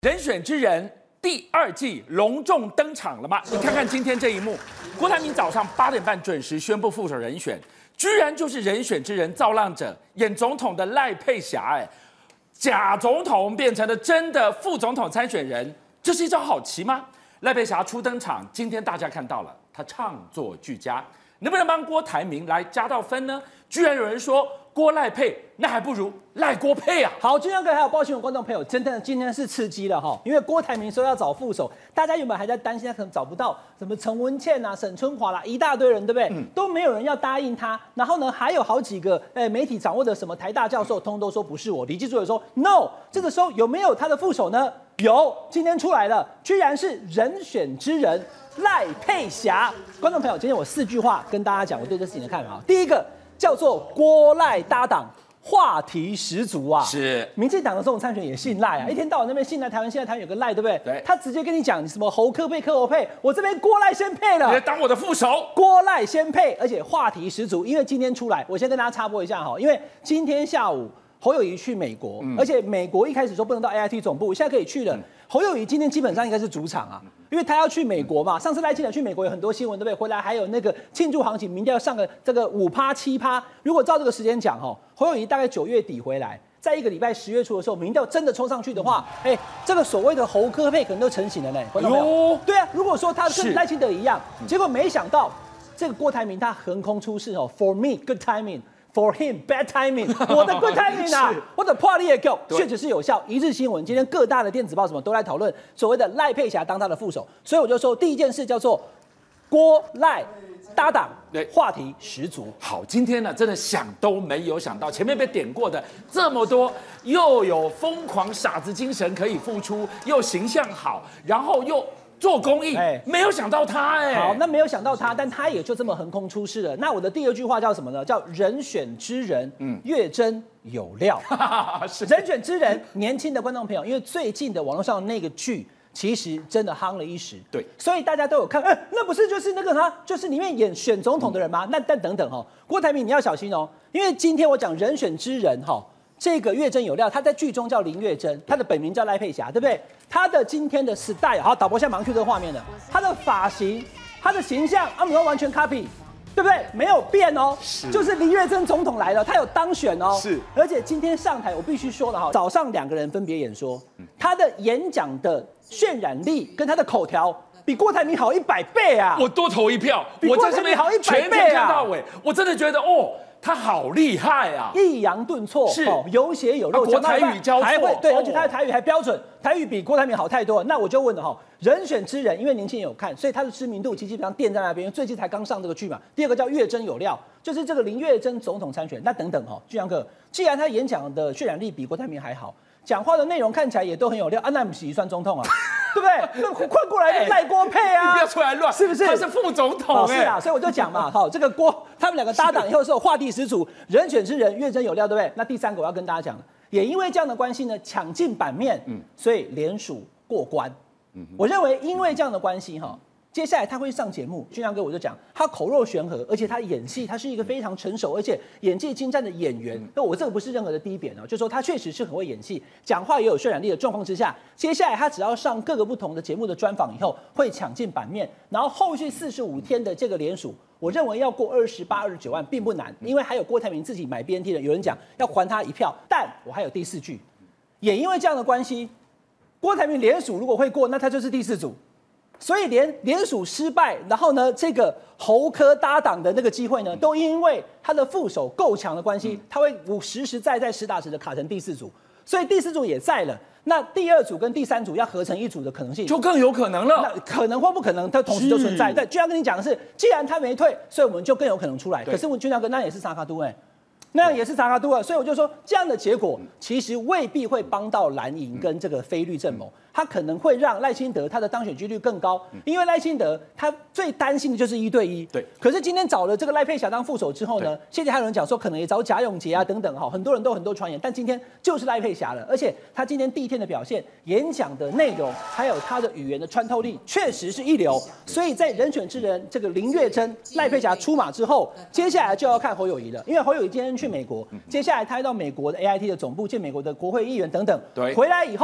人选之人第2季隆重登场了吗？你看看今天这一幕，郭台铭早上8点半准时宣布副手人选，居然就是人选之人造浪者演总统的赖佩霞，假总统变成了真的副总统参选人，这是一招好棋吗？赖佩霞初登场，今天大家看到了，她唱作俱佳，能不能帮郭台铭来加到分呢？居然有人说郭赖配，那还不如赖郭配啊！ 好，金阳哥还有报新闻观众朋友，真的今天是刺激了哈，因为郭台铭说要找副手，大家原本还在担心他可能找不到什么陈文茜啊、沈春华啦，一大堆人，对不对？都没有人要答应他。然后呢，还有好几个媒体掌握的什么台大教授，通都说不是我。李记者也说 no。这个时候有没有他的副手呢？有，今天出来了，居然是人选之人赖佩霞。观众朋友，今天我4句话跟大家讲我对这事情的看法。第一个叫做郭赖搭档。话题十足啊！ 是民进党的这种参选也信赖啊，一天到晚那边信赖台湾，现在台湾有个赖，对不对？ 对， 他直接跟你讲什么侯科配、柯侯配，我这边郭赖先配了， 你来当我的副手， 郭赖先配，而且话题十足。因为今天出来，我先跟大家插播一下哈，因为今天下午侯友宜去美国，而且美国一开始说不能到 AIT 总部，现在可以去了。侯友宜今天基本上应该是主场啊，因为他要去美国嘛。上次赖清德去美国有很多新闻，对不对？回来还有那个庆祝行情，民调上个这个5%、7%。如果照这个时间讲哈，侯友宜大概9月底回来，在1个礼拜10月初的时候，民调真的冲上去的话，这个所谓的侯科配可能都成型了呢。观众朋友，对啊，如果说他跟赖清德一样，结果没想到这个郭台铭他横空出世哦 ，For me good timing。For him, bad timing。我的 good timing 啊，我的破裂狗确实是有效。一日新闻今天各大的电子报什么都来讨论所谓的赖佩霞当他的副手，所以我就说第一件事叫做郭赖搭档，话题十足。 好，今天呢真的想都没有想到，前面被点过的这么多，又有疯狂傻子精神可以付出，又形象好，然后又做公益，没有想到他好，那没有想到他，但他也就这么横空出世了。那我的第2句话叫什么呢？叫人选之人，越真有料。人选之人，年轻的观众朋友，因为最近的网络上那个剧，其实真的夯了一时， 对， 所以大家都有看。那不是就是那个他，就是里面演选总统的人吗？但等等哈，郭台铭你要小心哦，因为今天我讲人选之人哈。这个越真有料，他在剧中叫林月真，他的本名叫赖佩霞，对不对？他的今天的 style， 好，导播现在马上去这个画面了，他的发型、他的形象，我们都完全 copy， 对不对？没有变哦，就是林月真总统来了，他有当选哦， 是。 而且今天上台，我必须说了哈，早上2个人分别演说，他的演讲的渲染力跟他的口条比郭台铭好100倍啊！ 我多投一票， 我在这边好100倍啊！ 全天看到尾，我真的觉得哦。他好厉害啊！ 抑扬顿挫， 是有血有肉， 国台语交错， 还会对，而且他的台语还标准，台语比郭台铭好太多了。那我就问了哈，人选之人，因为年轻人有看，所以他的知名度其实基本上垫在那边，因为最近才刚上这个剧嘛。第2个叫越真有料，就是这个林月真总统参选。那等等哈，巨阳哥，既然他演讲的渲染力比郭台铭还好，讲话的内容看起来也都很有料，那不是算总统啊？对不对？那换过来赖郭配啊！ 你不要出来乱， 是不是？ 他是副总统是啊，所以我就讲嘛，好，这个郭他们2个搭档以后是有话题十足，人选之人越真有料，对不对？那第3个我要跟大家讲，也因为这样的关系呢，抢进版面，所以联署过关。我认为因为这样的关系哈。接下来他会上节目，俊阳哥我就讲，他口若悬河，而且他演戏，他是一个非常成熟而且演技精湛的演员。那我这个不是任何的低贬哦，就说他确实是很会演戏，讲话也有渲染力的状况之下，接下来他只要上各个不同的节目的专访以后，会抢进版面，然后后续45天的这个联署，我认为要过28、29万并不难，因为还有郭台铭自己买 BNT 的，有人讲要还他1票，但我还有第4句，也因为这样的关系，郭台铭联署如果会过，那他就是第4组。所以联署失败，然后呢，这个侯科搭档的那个机会呢，都因为他的副手够强的关系，他会实实在在实打实的卡成第4组，所以第4组也在了。那第2组跟第3组要合成一组的可能性就更有可能了。 那可能或不可能，它同时就存在。对，就像跟你讲的是，既然他没退，所以我们就更有可能出来。可是我军长哥那也是沙卡都那样也是查卡都啊，所以我就说这样的结果其实未必会帮到蓝营跟这个非绿正谋，他可能会让赖清德他的当选几率更高，因为赖清德他最担心的就是1对1。 对。 可是今天找了这个赖佩霞当副手之后呢，现在还有人讲说可能也找贾永杰啊等等哈，很多人都有很多传言，但今天就是赖佩霞了，而且他今天第1天的表现、演讲的内容还有他的语言的穿透力确实是一流，所以在人选之人这个林月真、赖佩霞出马之后，接下来就要看侯友宜了，因为侯友宜今天去美国，接下来他要到美国的 AIT 的总部见美国的国会议员等等， 对， 回来以后。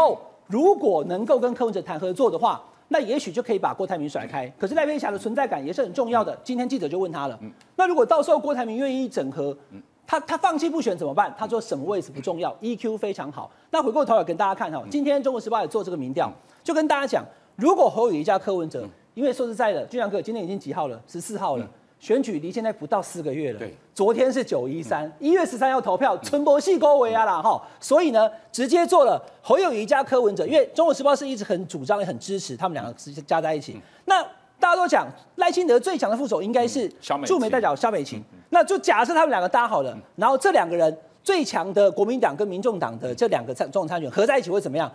如果能够跟柯文哲谈合作的话，那也许就可以把郭台铭甩开。可是赖佩霞的存在感也是很重要的。今天记者就问他了，那如果到时候郭台铭愿意整合，他放弃不选怎么办？他说什么位置不重要 ，EQ 非常好。那回过头来跟大家看哈，今天《中国时报》也做这个民调，就跟大家讲，如果侯友宜加柯文哲，因为说实在的，俊良哥今天已经几号了？14号了。选举离现在不到4个月了， 对， 昨天是913，1月13要投票，春博系勾围啊啦哈，所以呢，直接做了侯友宜加柯文哲，因为《中国时报》是一直很主张也很支持他们两个加在一起。那大家都讲赖清德最强的副手应该是驻美代表萧美琴，那就假设他们两个搭好了，然后这两个人最强的国民党跟民众党的这两个总统参选合在一起会怎么样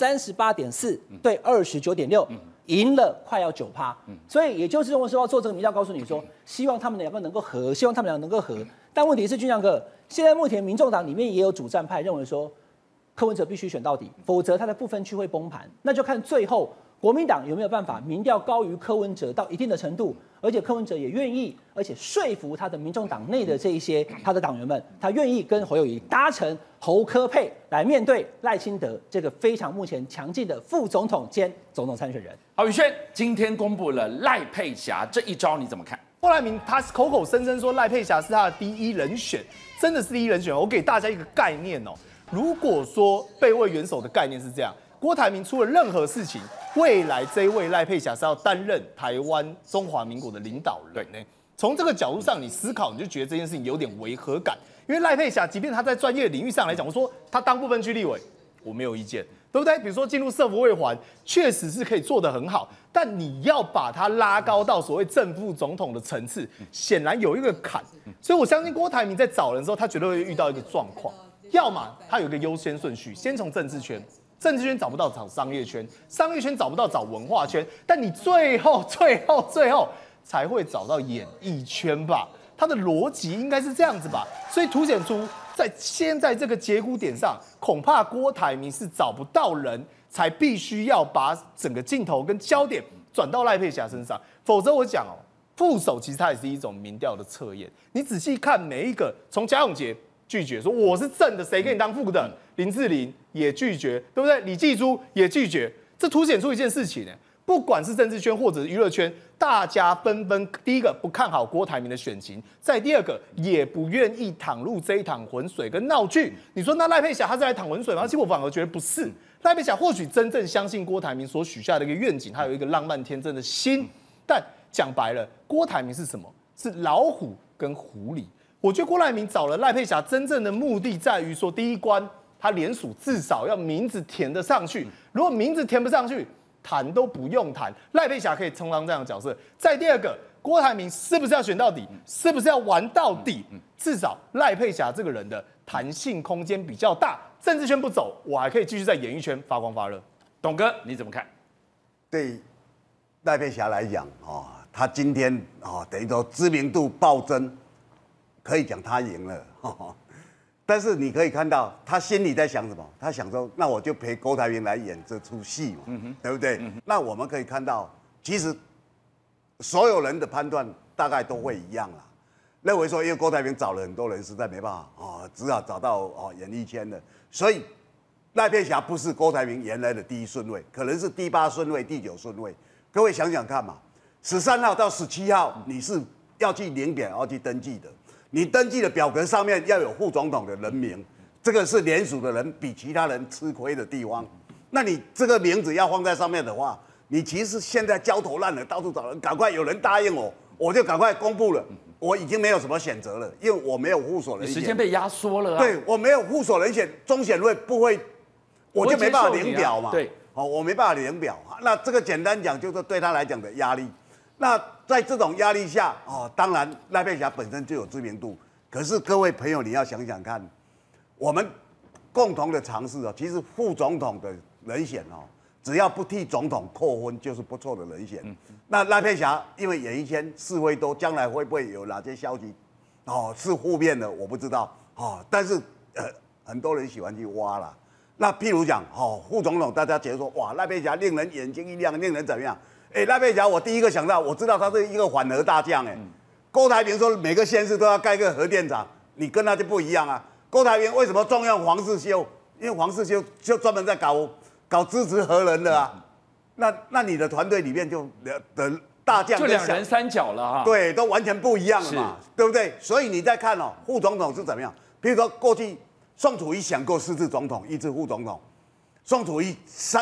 ？38.4对29.6。赢了快要9%，所以也就是中国时报做这个民调，告诉你说，希望他们两个能够合，希望他们两个能够合。但问题是，俊相哥，现在目前民众党里面也有主战派认为说，柯文哲必须选到底，否则他的不分区会崩盘。那就看最后国民党有没有办法民调高于柯文哲到一定的程度，而且柯文哲也愿意，而且说服他的民众党内的这一些他的党员们，他愿意跟侯友宜搭成侯柯配来面对赖清德这个非常目前强劲的副总统兼总统参选人。 好，宇轩今天公布了赖佩霞这一招，你怎么看？ 郭台铭他口口声声说赖佩霞是他的第一人选，真的是第一人选。我给大家一个概念哦，如果说备位元首的概念是这样，郭台铭出了任何事情，未来这一位赖佩霞是要担任台湾中华民国的领导人呢。从这个角度上，你思考，你就觉得这件事情有点违和感。因为赖佩霞，即便他在专业领域上来讲，我说他当不分区立委，我没有意见。对不对？比如说进入社福卫环，确实是可以做得很好，但你要把它拉高到所谓正副总统的层次，显然有一个坎。所以我相信郭台铭在找人的时候，他绝对会遇到一个状况，要么他有一个优先顺序，先从政治圈，政治圈找不到找商业圈，商业圈找不到找文化圈，但你最后才会找到演艺圈吧？他的逻辑应该是这样子吧？所以凸显出。在现在这个节骨点上，恐怕郭台铭是找不到人，才必须要把整个镜头跟焦点转到赖佩霞身上。否则我讲哦，副手其实它也是一种民调的测验。你仔细看每一个，从贾永杰拒绝说我是正的，谁给你当副的？林志玲也拒绝，对不对？李继珠也拒绝，这凸显出一件事情呢。不管是政治圈或者是娱乐圈，大家纷纷第一个不看好郭台铭的选情，再第二个也不愿意淌入这一趟浑水跟闹剧。你说那赖佩霞她是来淌浑水吗？其实我反而觉得不是。赖佩霞或许真正相信郭台铭所许下的一个愿景，他有一个浪漫天真的心。但讲白了，郭台铭是什么？是老虎跟狐狸。我觉得郭台铭找了赖佩霞，真正的目的在于说，第一关他联署至少要名字填得上去，如果名字填不上去，谈都不用谈，赖佩霞可以充当这样的角色。再第二个，郭台铭是不是要选到底？是不是要玩到底？至少赖佩霞这个人的弹性空间比较大，政治圈不走，我还可以继续在演艺圈发光发热。 董哥你怎么看？ 对赖佩霞来讲，他今天等于说知名度暴增，可以讲他赢了。但是你可以看到他心里在想什么？他想说，那我就陪郭台铭来演这出戏嘛，对不对？那我们可以看到，其实所有人的判断大概都会一样啦，认为说，因为郭台铭找了很多人，实在没办法只好找到演艺圈的，所以赖佩霞不是郭台铭原来的第1顺位，可能是第8顺位、第9顺位。各位想想看嘛，13号到17号你是要去领点，要去登记的。你登记的表格上面要有副总统的人名，这个是联署的人比其他人吃亏的地方。那你这个名字要放在上面的话，你其实现在焦头烂额，到处找人，赶快有人答应我，我就赶快公布了。我已经没有什么选择了，因为我没有副手人选， 时间被压缩了啊。 对，我没有副手人选，中选会不会，我就没办法领表嘛。 对， 我没办法领表。那这个简单讲，就是对他来讲的压力。那在这种压力下，当然赖佩霞本身就有知名度，可是各位朋友，你要想想看，我们共同的尝试其实副总统的人选只要不替总统扣分，就是不错的人选。那赖佩霞因为演艺圈是非多，将来会不会有哪些消息是负面的，我不知道但是很多人喜欢去挖啦。那譬如讲副总统，大家觉得说哇，赖佩霞令人眼睛一亮，令人怎么样？赖佩霞，我第一个想到，我知道他是一个反核大将郭台铭说每个县市都要盖个核电厂，你跟他就不一样啊。郭台铭为什么重用黄世修？因为黄世修就专门在搞搞支持何人的啊？那你的团队里面就的大将就两人三角了哈。 对，都完全不一样了嘛，对不对？所以你再看哦，副总统是怎么样？比如说过去宋楚瑜想过4次总统，1次副总统，宋楚瑜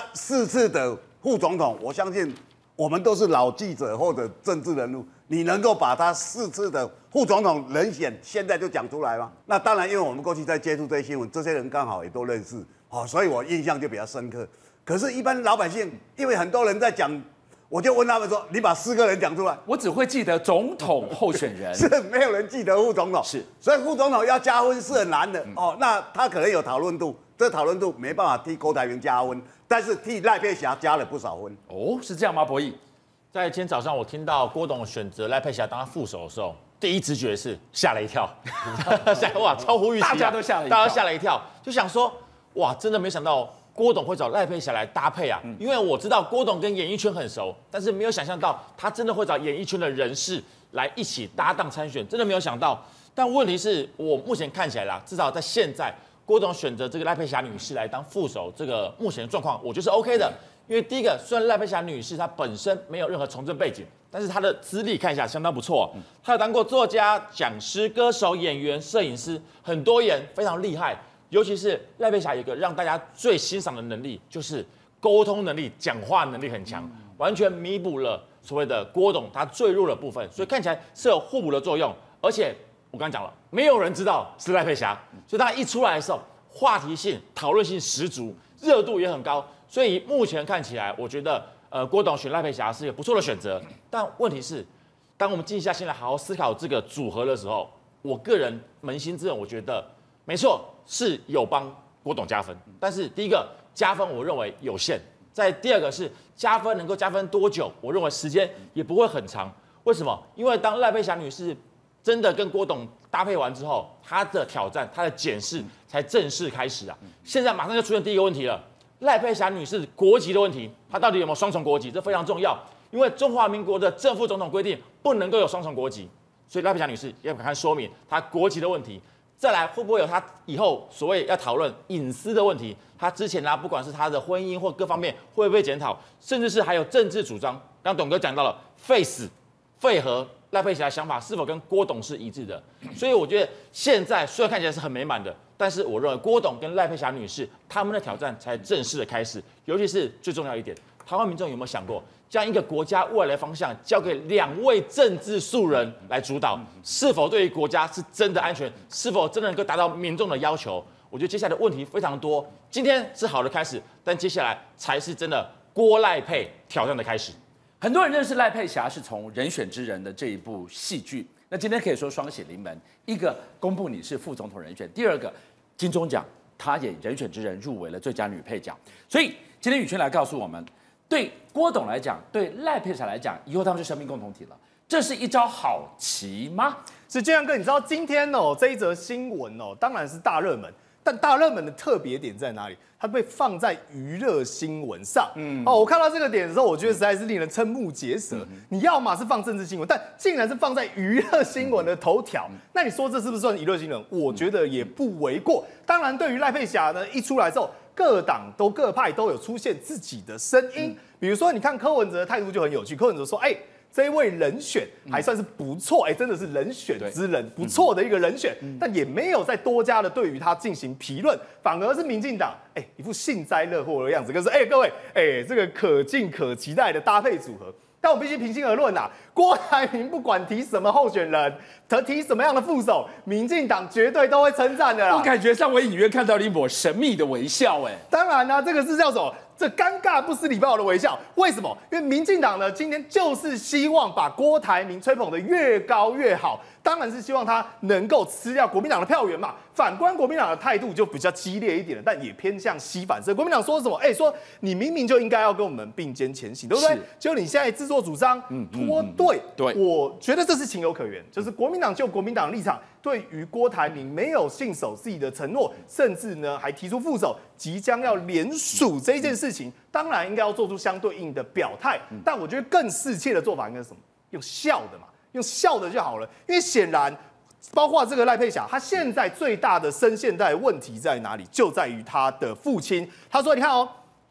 4次的副总统，我相信我们都是老记者或者政治人物，你能够把他4次的副总统人选现在就讲出来吗？那当然，因为我们过去在接触这些新闻，这些人刚好也都认识，所以我印象就比较深刻。可是，一般老百姓，因为很多人在讲，我就问他们说：“你把4个人讲出来。” 我只会记得总统候选人， 是没有人记得副总统， 是， 所以副总统要加分是很难的哦。那他可能有讨论度，这讨论度没办法替郭台铭加分，但是替赖佩霞加了不少分。 哦，是这样吗？博弈， 在今天早上我听到郭董选择赖佩霞当他副手的时候，第一直觉是吓了一跳，哇，超乎预期， 大家都吓了一跳， 大家吓了一跳，就想说，哇，真的没想到。郭董会找赖佩霞来搭配啊，因为我知道郭董跟演艺圈很熟，但是没有想象到他真的会找演艺圈的人士来一起搭档参选，真的没有想到。但问题是我目前看起来啦，至少在现在，郭董选择这个赖佩霞女士来当副手，这个目前的状况我觉得是 OK 的。因为第一个，虽然赖佩霞女士她本身没有任何从政背景，但是她的资历看一下相当不错，她有当过作家、讲师、歌手、演员、摄影师，很多元，非常厉害。尤其是赖佩霞有一个让大家最欣赏的能力，就是沟通能力、讲话能力很强，完全弥补了所谓的郭董他最弱的部分，所以看起来是有互补的作用。而且我刚刚讲了，没有人知道是赖佩霞，所以他一出来的时候，话题性、讨论性十足，热度也很高。所以目前看起来，我觉得郭董选赖佩霞是一个不错的选择。但问题是，当我们静下心来好好思考这个组合的时候，我个人扪心自问，我觉得没错。是有帮郭董加分，但是第一个加分我认为有限，在第二个是加分能够加分多久，我认为时间也不会很长。为什么？因为当赖佩霞女士真的跟郭董搭配完之后，她的挑战、她的检视才正式开始啊！现在马上就出现第一个问题了，赖佩霞女士国籍的问题，她到底有没有双重国籍？这非常重要，因为中华民国的正副总统规定不能够有双重国籍，所以赖佩霞女士要看说明她国籍的问题。再来会不会有他以后所谓要讨论隐私的问题？他之前不管是他的婚姻或各方面会不会检讨，甚至是还有政治主张。刚董哥讲到了废和赖佩霞的想法是否跟郭董是一致的？所以我觉得现在虽然看起来是很美满的，但是我认为郭董跟赖佩霞女士他们的挑战才正式的开始。尤其是最重要一点，台湾民众有没有想过？将一个国家未来的方向交给2位政治素人来主导，是否对于国家是真的安全？是否真的能够达到民众的要求？我觉得接下来的问题非常多。今天是好的开始，但接下来才是真的郭赖配挑战的开始。 很多人认识赖佩霞是从《人选之人》的这一部戏剧，那今天可以说双喜临门，一个公布你是副总统人选，第二个金钟奖她也《人选之人》入围了最佳女配角。所以今天宇轩来告诉我们。对郭董来讲，对赖佩霞来讲，以后他们是生命共同体了。这是一招好棋吗？ 是建阳哥，你知道今天这一则新闻当然是大热门，但大热门的特别点在哪里？它被放在娱乐新闻上。我看到这个点的时候，我觉得实在是令人瞠目结舌。你要嘛是放政治新闻，但竟然是放在娱乐新闻的头条，那你说这是不是算娱乐新闻？我觉得也不为过。当然，对于赖佩霞呢，一出来之后。各派都有出现自己的声音，比如说，你看柯文哲的态度就很有趣。柯文哲说：“这一位人选还算是不错，真的是人选之人，不错的一个人选。”但也没有再多加的对于他进行评论，反而是民进党一副幸灾乐祸的样子，就是各位这个可敬可期待的搭配组合。但我必须平心而论郭台铭不管提什么候选人，提什么样的副手，民进党绝对都会称赞的啦。 我感觉上我隐约看到了一抹神秘的微笑， 当然啦，这个是叫什么？这尴尬不失礼貌的微笑。为什么？因为民进党呢，今天就是希望把郭台铭吹捧得越高越好，当然是希望他能够吃掉国民党的票源嘛。反观国民党的态度就比较激烈一点了，但也偏向西反射。国民党说什么？说你明明就应该要跟我们并肩前行，对不对？结果你现在自作主张，脱队。对，我觉得这是情有可原，就是国民党就国民党的立场。对于郭台铭没有信守自己的承诺，甚至呢还提出副手即将要联署这一件事情，当然应该要做出相对应的表态。但我觉得更适切的做法应该是什么？用笑的嘛，用笑的就好了。因为显然，包括这个赖佩霞，他现在最大的声线带问题在哪里？就在于他的父亲。他说：“你看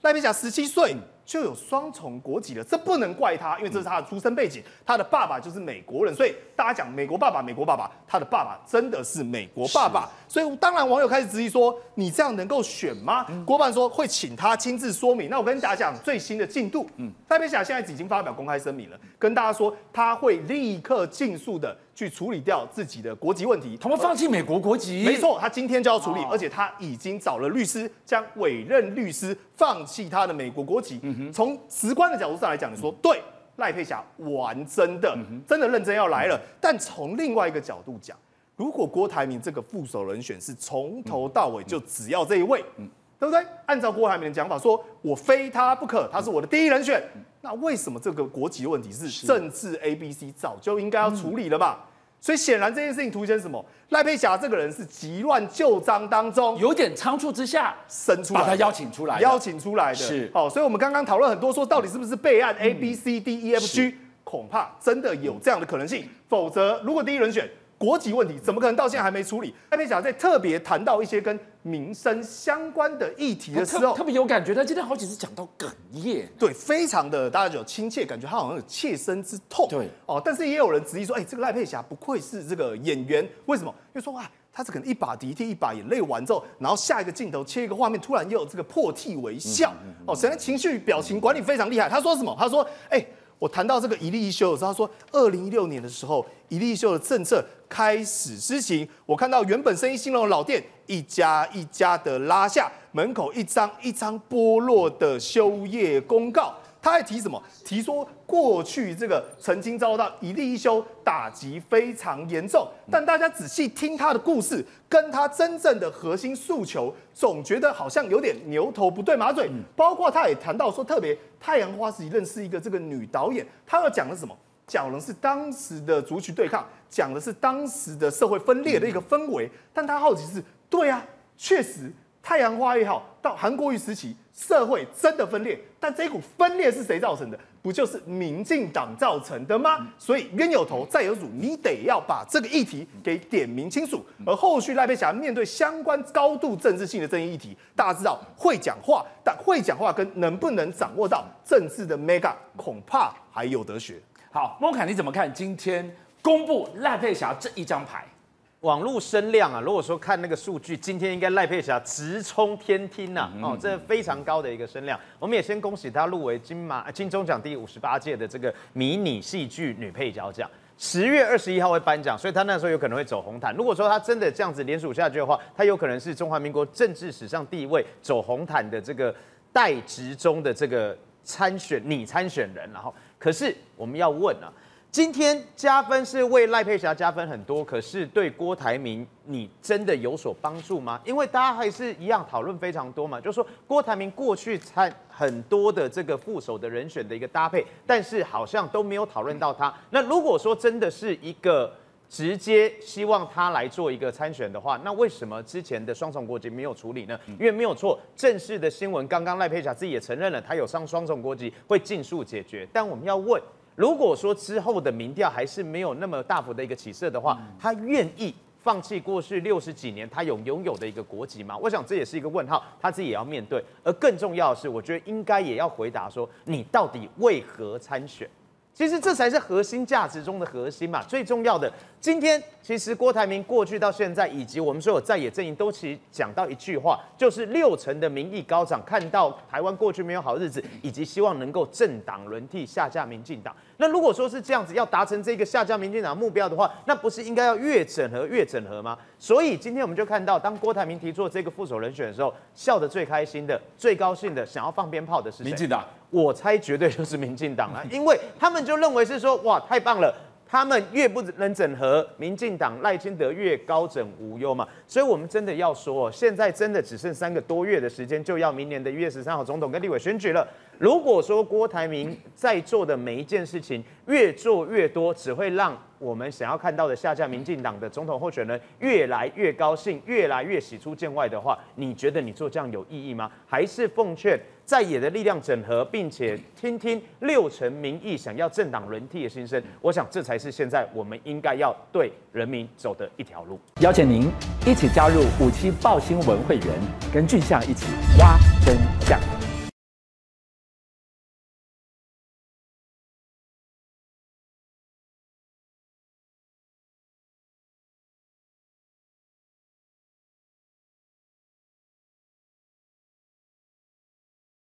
赖佩霞17岁就有双重国籍了，这不能怪他，因为这是他的出生背景，他的爸爸就是美国人，所以大家讲美国爸爸，美国爸爸，他的爸爸真的是美国爸爸，所以当然网友开始质疑说，你这样能够选吗？郭办说会请他亲自说明。那我跟大家讲最新的进度，赖佩霞现在已经发表公开声明了，跟大家说他会立刻尽速的去处理掉自己的国籍问题， 他们放弃美国国籍， 没错，他今天就要处理，而且他已经找了律师，将委任律师放弃他的美国国籍。从直观的角度上来讲，你说对，赖佩霞玩真的，真的认真要来了。但从另外一个角度讲，如果郭台铭这个副手人选是从头到尾就只要这一位，对不对？按照郭台铭的讲法说，我非他不可，他是我的第一人选。那为什么这个国籍问题是政治 ABC 早就应该要处理了嘛？所以显然这件事情凸显什么？赖佩霞这个人是急乱旧章当中有点仓促之下生出来， 把他邀请出来的， 是哦。所以我们刚刚讨论很多，说到底是不是备案 ABCDEFG，恐怕真的有这样的可能性。否则，如果第一人选国籍问题，怎么可能到现在还没处理？赖佩霞在特别谈到一些跟民生相关的议题的时候， 特别有感觉。他今天好几次讲到哽咽， 对，非常的大家就有亲切感觉，他好像有切身之痛。 对哦，但是也有人质疑说，这个赖佩霞不愧是这个演员，为什么？因为说他是可能一把鼻涕一把眼泪完之后，然后下一个镜头切一个画面，突然又有这个破涕为笑。显然情绪表情管理非常厉害。他说什么？他说，我谈到这个一例一休的时候，他说，2016年的时候，一例一休的政策开始施行，我看到原本生意兴隆的老店一家一家的拉下，门口一张一张剥落的休业公告。他还提什么？提说过去这个曾经遭到一例一休打击非常严重，但大家仔细听他的故事，跟他真正的核心诉求，总觉得好像有点牛头不对马嘴。包括他也谈到说，特别太阳花时期认识一个这个女导演，他要讲的是什么？讲的是当时的族群对抗，讲的是当时的社会分裂的一个氛围。但他好奇是，对啊，确实。太阳花也好，到韩国瑜时期，社会真的分裂，但这一股分裂是谁造成的？不就是民进党造成的吗？所以冤有头债有主，你得要把这个议题给点明清楚。而后续赖佩霞面对相关高度政治性的争议议题，大家知道会讲话，但会讲话跟能不能掌握到政治的 mega， 恐怕还有得学。 好，孟凯你怎么看今天公布赖佩霞这一张牌？ 网络声量啊，如果说看那个数据，今天应该赖佩霞直冲天听呐，这非常高的一个声量。我们也先恭喜她入围金钟奖第58届的这个迷你戏剧女配角奖，10月21号会颁奖，所以她那时候有可能会走红毯。如果说她真的这样子连署下去的话，她有可能是中华民国政治史上第一位走红毯的这个代职中的这个女参选人。然后，可是我们要问啊。今天加分是为赖佩霞加分很多，可是对郭台铭你真的有所帮助吗？因为大家还是一样讨论非常多嘛，就是说郭台铭过去参很多的这个副手的人选的一个搭配，但是好像都没有讨论到他。那如果说真的是一个直接希望他来做一个参选的话，那为什么之前的双重国籍没有处理呢？因为没有错，正式的新闻刚刚赖佩霞自己也承认了，他有上双重国籍会尽速解决，但我们要问。如果说之后的民调还是没有那么大幅的一个起色的话，他愿意放弃过去60几年他拥有的一个国籍吗？我想这也是一个问号，他自己也要面对。而更重要的是，我觉得应该也要回答说，你到底为何参选？其实这才是核心价值中的核心嘛。最重要的，今天其实郭台铭过去到现在，以及我们所有在野阵营都其实讲到一句话，就是60%的民意高涨，看到台湾过去没有好日子，以及希望能够政党轮替下架民进党。那如果说是这样子，要达成这个下架民进党目标的话，那不是应该要越整合吗？所以今天我们就看到，当郭台铭提出这个副手人选的时候，笑得最开心的、最高兴的、想要放鞭炮的是谁？ 民进党。 我猜绝对就是民进党了，因为他们就认为是说，哇，太棒了。他们越不能整合，民进党赖清德越高枕无忧嘛。所以我们真的要说，现在真的只剩3个多月的时间，就要明年的1月13号总统跟立委选举了。如果说郭台铭在做的每一件事情越做越多，只会让我们想要看到的下架民进党的总统候选人越来越高兴，越来越喜出见外的话，你觉得你做这样有意义吗？还是奉劝在野的力量整合，并且听听60%民意想要政党轮替的心声？我想这才是现在我们应该要对人民走的一条路。 邀请您一起加入57爆新闻会员，跟俊相一起挖真相。